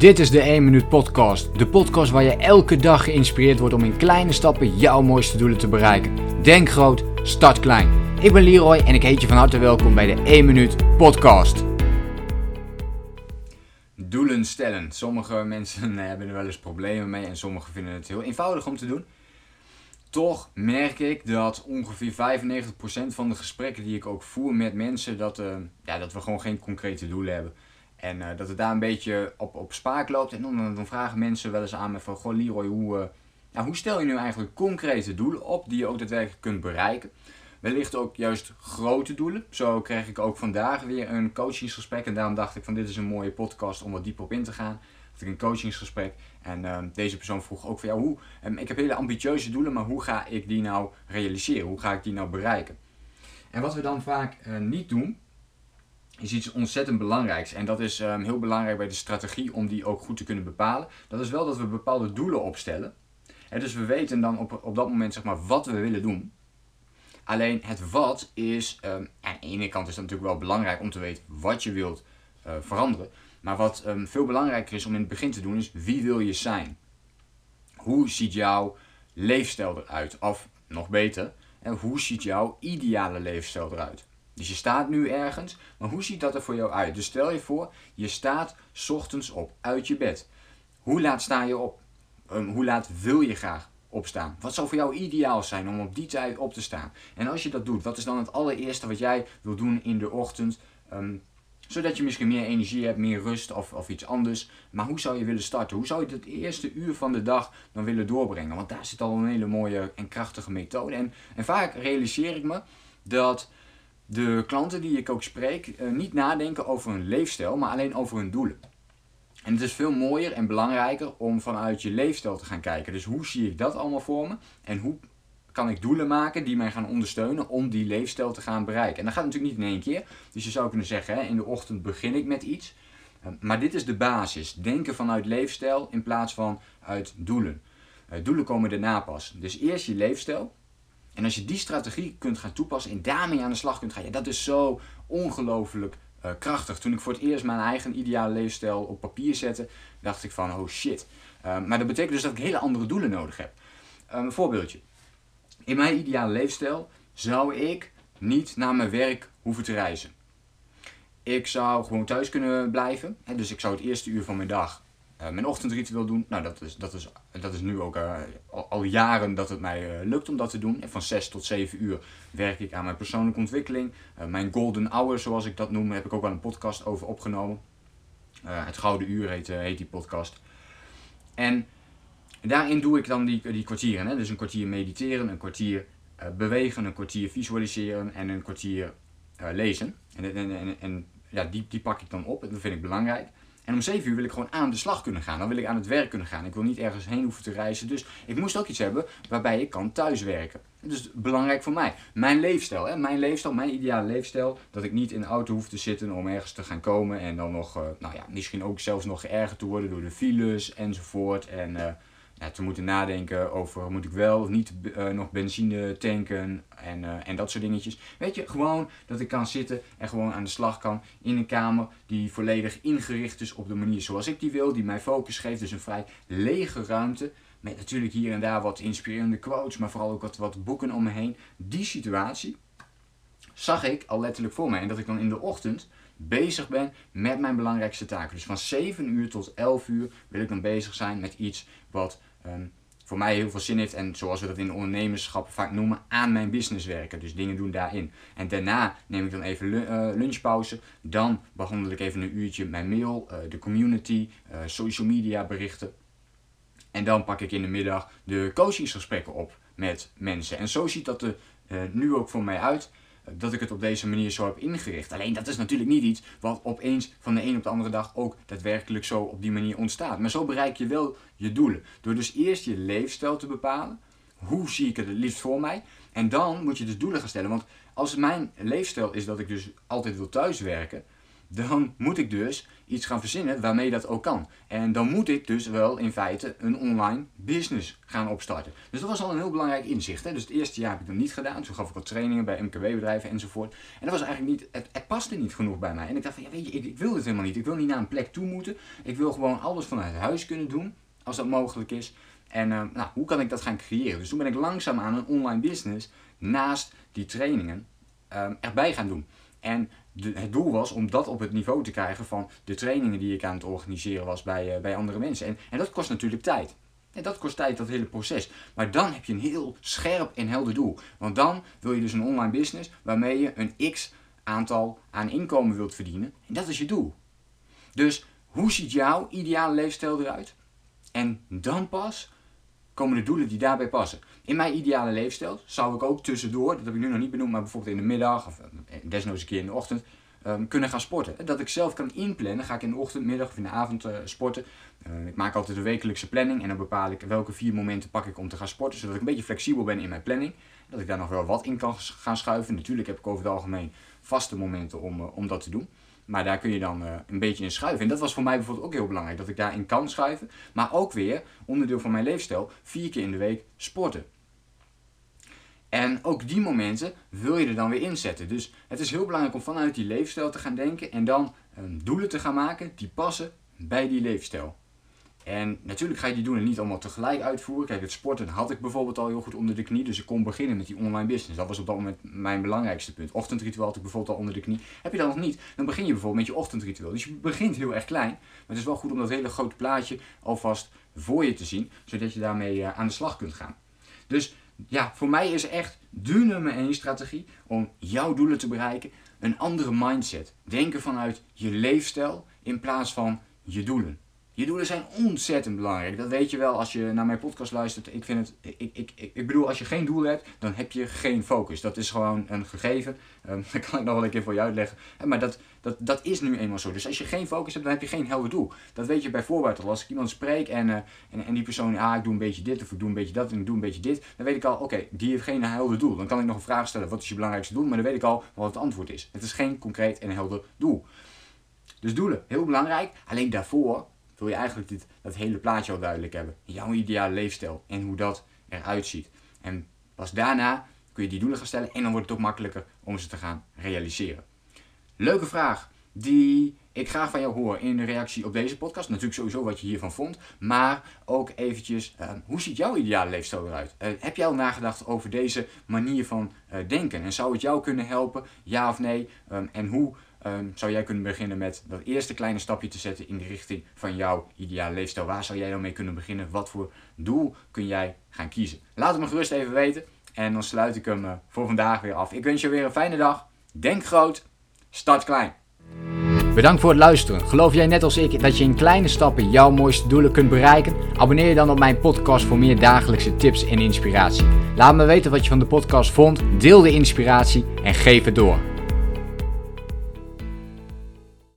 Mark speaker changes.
Speaker 1: Dit is de 1 Minuut Podcast. De podcast waar je elke dag geïnspireerd wordt om in kleine stappen jouw mooiste doelen te bereiken. Denk groot, start klein. Ik ben Leroy en ik heet je van harte welkom bij de 1 Minuut Podcast. Doelen stellen. Sommige mensen hebben er wel eens problemen mee en sommigen vinden het heel eenvoudig om te doen. Toch merk ik dat ongeveer 95% van de gesprekken die ik ook voer met mensen, dat we gewoon geen concrete doelen hebben. En dat het daar een beetje op spaak loopt. En dan vragen mensen wel eens aan me van, goh Leroy, hoe stel je nu eigenlijk concrete doelen op die je ook daadwerkelijk kunt bereiken? Wellicht ook juist grote doelen. Zo kreeg ik ook vandaag weer een coachingsgesprek. En daarom dacht ik van, dit is een mooie podcast om wat dieper op in te gaan. Had ik een coachingsgesprek. En deze persoon vroeg ook van, ik heb hele ambitieuze doelen, maar hoe ga ik die nou realiseren? Hoe ga ik die nou bereiken? En wat we dan vaak niet doen, is iets ontzettend belangrijks. En dat is heel belangrijk bij de strategie om die ook goed te kunnen bepalen. Dat is wel dat we bepaalde doelen opstellen. En dus we weten dan op dat moment zeg maar wat we willen doen. Alleen het wat is, aan de ene kant is het natuurlijk wel belangrijk om te weten wat je wilt veranderen. Maar wat veel belangrijker is om in het begin te doen is, wie wil je zijn? Hoe ziet jouw leefstijl eruit? Of nog beter, hoe ziet jouw ideale leefstijl eruit? Dus je staat nu ergens, maar hoe ziet dat er voor jou uit? Dus stel je voor, je staat 's ochtends op uit je bed. Hoe laat sta je op? Hoe laat wil je graag opstaan? Wat zou voor jou ideaal zijn om op die tijd op te staan? En als je dat doet, wat is dan het allereerste wat jij wil doen in de ochtend? Zodat je misschien meer energie hebt, meer rust of iets anders. Maar hoe zou je willen starten? Hoe zou je het eerste uur van de dag dan willen doorbrengen? Want daar zit al een hele mooie en krachtige methode. En vaak realiseer ik me dat de klanten die ik ook spreek niet nadenken over hun leefstijl, maar alleen over hun doelen. En het is veel mooier en belangrijker om vanuit je leefstijl te gaan kijken. Dus hoe zie ik dat allemaal voor me? En hoe kan ik doelen maken die mij gaan ondersteunen om die leefstijl te gaan bereiken? En dat gaat natuurlijk niet in één keer. Dus je zou kunnen zeggen, in de ochtend begin ik met iets. Maar dit is de basis. Denken vanuit leefstijl in plaats van uit doelen. Doelen komen daarna pas. Dus eerst je leefstijl. En als je die strategie kunt gaan toepassen en daarmee aan de slag kunt gaan, dat is zo ongelooflijk krachtig. Toen ik voor het eerst mijn eigen ideale leefstijl op papier zette, dacht ik van, oh shit. Maar dat betekent dus dat ik hele andere doelen nodig heb. Een voorbeeldje. In mijn ideale leefstijl zou ik niet naar mijn werk hoeven te reizen. Ik zou gewoon thuis kunnen blijven. Dus ik zou het eerste uur van mijn dag mijn ochtendritueel doen. Nou, dat is nu ook al jaren dat het mij lukt om dat te doen. En van 6 tot 7 uur werk ik aan mijn persoonlijke ontwikkeling. Mijn golden hour, zoals ik dat noem, heb ik ook wel een podcast over opgenomen. Het Gouden Uur heet die podcast. En daarin doe ik dan die kwartieren. Dus een kwartier mediteren, een kwartier bewegen, een kwartier visualiseren en een kwartier lezen. En die pak ik dan op en dat vind ik belangrijk. En om 7 uur wil ik gewoon aan de slag kunnen gaan. Dan wil ik aan het werk kunnen gaan. Ik wil niet ergens heen hoeven te reizen. Dus ik moest ook iets hebben waarbij ik kan thuiswerken. Dus belangrijk voor mij. Mijn leefstijl, mijn ideale leefstijl. Dat ik niet in de auto hoef te zitten om ergens te gaan komen. En dan nog, misschien ook zelfs nog geërgerd te worden door de files enzovoort. En te moeten nadenken over, moet ik wel of niet nog benzine tanken en dat soort dingetjes. Weet je, gewoon dat ik kan zitten en gewoon aan de slag kan in een kamer die volledig ingericht is op de manier zoals ik die wil, die mij focus geeft. Dus een vrij lege ruimte met natuurlijk hier en daar wat inspirerende quotes, maar vooral ook wat boeken om me heen. Die situatie zag ik al letterlijk voor mij. En dat ik dan in de ochtend bezig ben met mijn belangrijkste taken. Dus van 7 uur tot 11 uur wil ik dan bezig zijn met iets wat voor mij heel veel zin heeft. En zoals we dat in ondernemerschap vaak noemen, aan mijn business werken. Dus dingen doen daarin. En daarna neem ik dan even lunchpauze. Dan behandel ik even een uurtje mijn mail, de community, social media berichten. En dan pak ik in de middag de coachingsgesprekken op met mensen. En zo ziet dat er nu ook voor mij uit. Dat ik het op deze manier zo heb ingericht. Alleen dat is natuurlijk niet iets wat opeens van de een op de andere dag ook daadwerkelijk zo op die manier ontstaat. Maar zo bereik je wel je doelen. Door dus eerst je leefstijl te bepalen. Hoe zie ik het liefst voor mij? En dan moet je dus doelen gaan stellen. Want als mijn leefstijl is dat ik dus altijd wil thuiswerken, dan moet ik dus iets gaan verzinnen waarmee dat ook kan. En dan moet ik dus wel in feite een online business gaan opstarten. Dus dat was al een heel belangrijk inzicht. Hè? Dus het eerste jaar heb ik dat niet gedaan. Toen gaf ik wat trainingen bij MKB-bedrijven enzovoort. En dat was eigenlijk niet, het paste niet genoeg bij mij. En ik dacht van, ja, weet je, ik wil dit helemaal niet. Ik wil niet naar een plek toe moeten. Ik wil gewoon alles vanuit huis kunnen doen, als dat mogelijk is. En hoe kan ik dat gaan creëren? Dus toen ben ik langzaam aan een online business naast die trainingen erbij gaan doen. En het doel was om dat op het niveau te krijgen van de trainingen die ik aan het organiseren was bij andere mensen. En dat kost natuurlijk tijd. En dat kost tijd, dat hele proces. Maar dan heb je een heel scherp en helder doel. Want dan wil je dus een online business waarmee je een x aantal aan inkomen wilt verdienen. En dat is je doel. Dus hoe ziet jouw ideale leefstijl eruit? En dan pas komen de doelen die daarbij passen. In mijn ideale leefstijl zou ik ook tussendoor, dat heb ik nu nog niet benoemd, maar bijvoorbeeld in de middag of desnoods een keer in de ochtend, kunnen gaan sporten. Dat ik zelf kan inplannen, ga ik in de ochtend, middag of in de avond sporten. Ik maak altijd een wekelijkse planning en dan bepaal ik welke 4 momenten pak ik om te gaan sporten, zodat ik een beetje flexibel ben in mijn planning. Dat ik daar nog wel wat in kan gaan schuiven. Natuurlijk heb ik over het algemeen vaste momenten om dat te doen. Maar daar kun je dan een beetje in schuiven. En dat was voor mij bijvoorbeeld ook heel belangrijk. Dat ik daarin kan schuiven. Maar ook weer, onderdeel van mijn leefstijl, 4 keer in de week sporten. En ook die momenten wil je er dan weer inzetten. Dus het is heel belangrijk om vanuit die leefstijl te gaan denken. En dan doelen te gaan maken die passen bij die leefstijl. En natuurlijk ga je die doelen niet allemaal tegelijk uitvoeren. Kijk, het sporten had ik bijvoorbeeld al heel goed onder de knie. Dus ik kon beginnen met die online business. Dat was op dat moment mijn belangrijkste punt. Ochtendritueel had ik bijvoorbeeld al onder de knie. Heb je dat nog niet? Dan begin je bijvoorbeeld met je ochtendritueel. Dus je begint heel erg klein. Maar het is wel goed om dat hele grote plaatje alvast voor je te zien. Zodat je daarmee aan de slag kunt gaan. Dus ja, voor mij is echt de nummer 1 strategie om jouw doelen te bereiken. Een andere mindset. Denken vanuit je leefstijl in plaats van je doelen. Je doelen zijn ontzettend belangrijk. Dat weet je wel als je naar mijn podcast luistert. Ik bedoel, als je geen doel hebt, dan heb je geen focus. Dat is gewoon een gegeven. Dat kan ik nog wel een keer voor je uitleggen. Maar dat is nu eenmaal zo. Dus als je geen focus hebt, dan heb je geen helder doel. Dat weet je bij voorbaat al. Als ik iemand spreek en die persoon, ik doe een beetje dit of ik doe een beetje dat en ik doe een beetje dit. Dan weet ik al, oké, die heeft geen helder doel. Dan kan ik nog een vraag stellen, wat is je belangrijkste doel? Maar dan weet ik al wat het antwoord is. Het is geen concreet en helder doel. Dus doelen, heel belangrijk. Alleen daarvoor wil je eigenlijk dat hele plaatje al duidelijk hebben. Jouw ideale leefstijl en hoe dat eruit ziet. En pas daarna kun je die doelen gaan stellen en dan wordt het ook makkelijker om ze te gaan realiseren. Leuke vraag die ik graag van jou hoor in de reactie op deze podcast. Natuurlijk sowieso wat je hiervan vond. Maar ook eventjes, hoe ziet jouw ideale leefstijl eruit? Heb jij al nagedacht over deze manier van denken? En zou het jou kunnen helpen? Ja of nee? En hoe zou jij kunnen beginnen met dat eerste kleine stapje te zetten in de richting van jouw ideale leefstijl? Waar zou jij dan mee kunnen beginnen? Wat voor doel kun jij gaan kiezen? Laat het me gerust even weten. En dan sluit ik hem voor vandaag weer af. Ik wens je weer een fijne dag. Denk groot. Start klein. Bedankt voor het luisteren. Geloof jij net als ik dat je in kleine stappen jouw mooiste doelen kunt bereiken? Abonneer je dan op mijn podcast voor meer dagelijkse tips en inspiratie. Laat me weten wat je van de podcast vond. Deel de inspiratie en geef het door.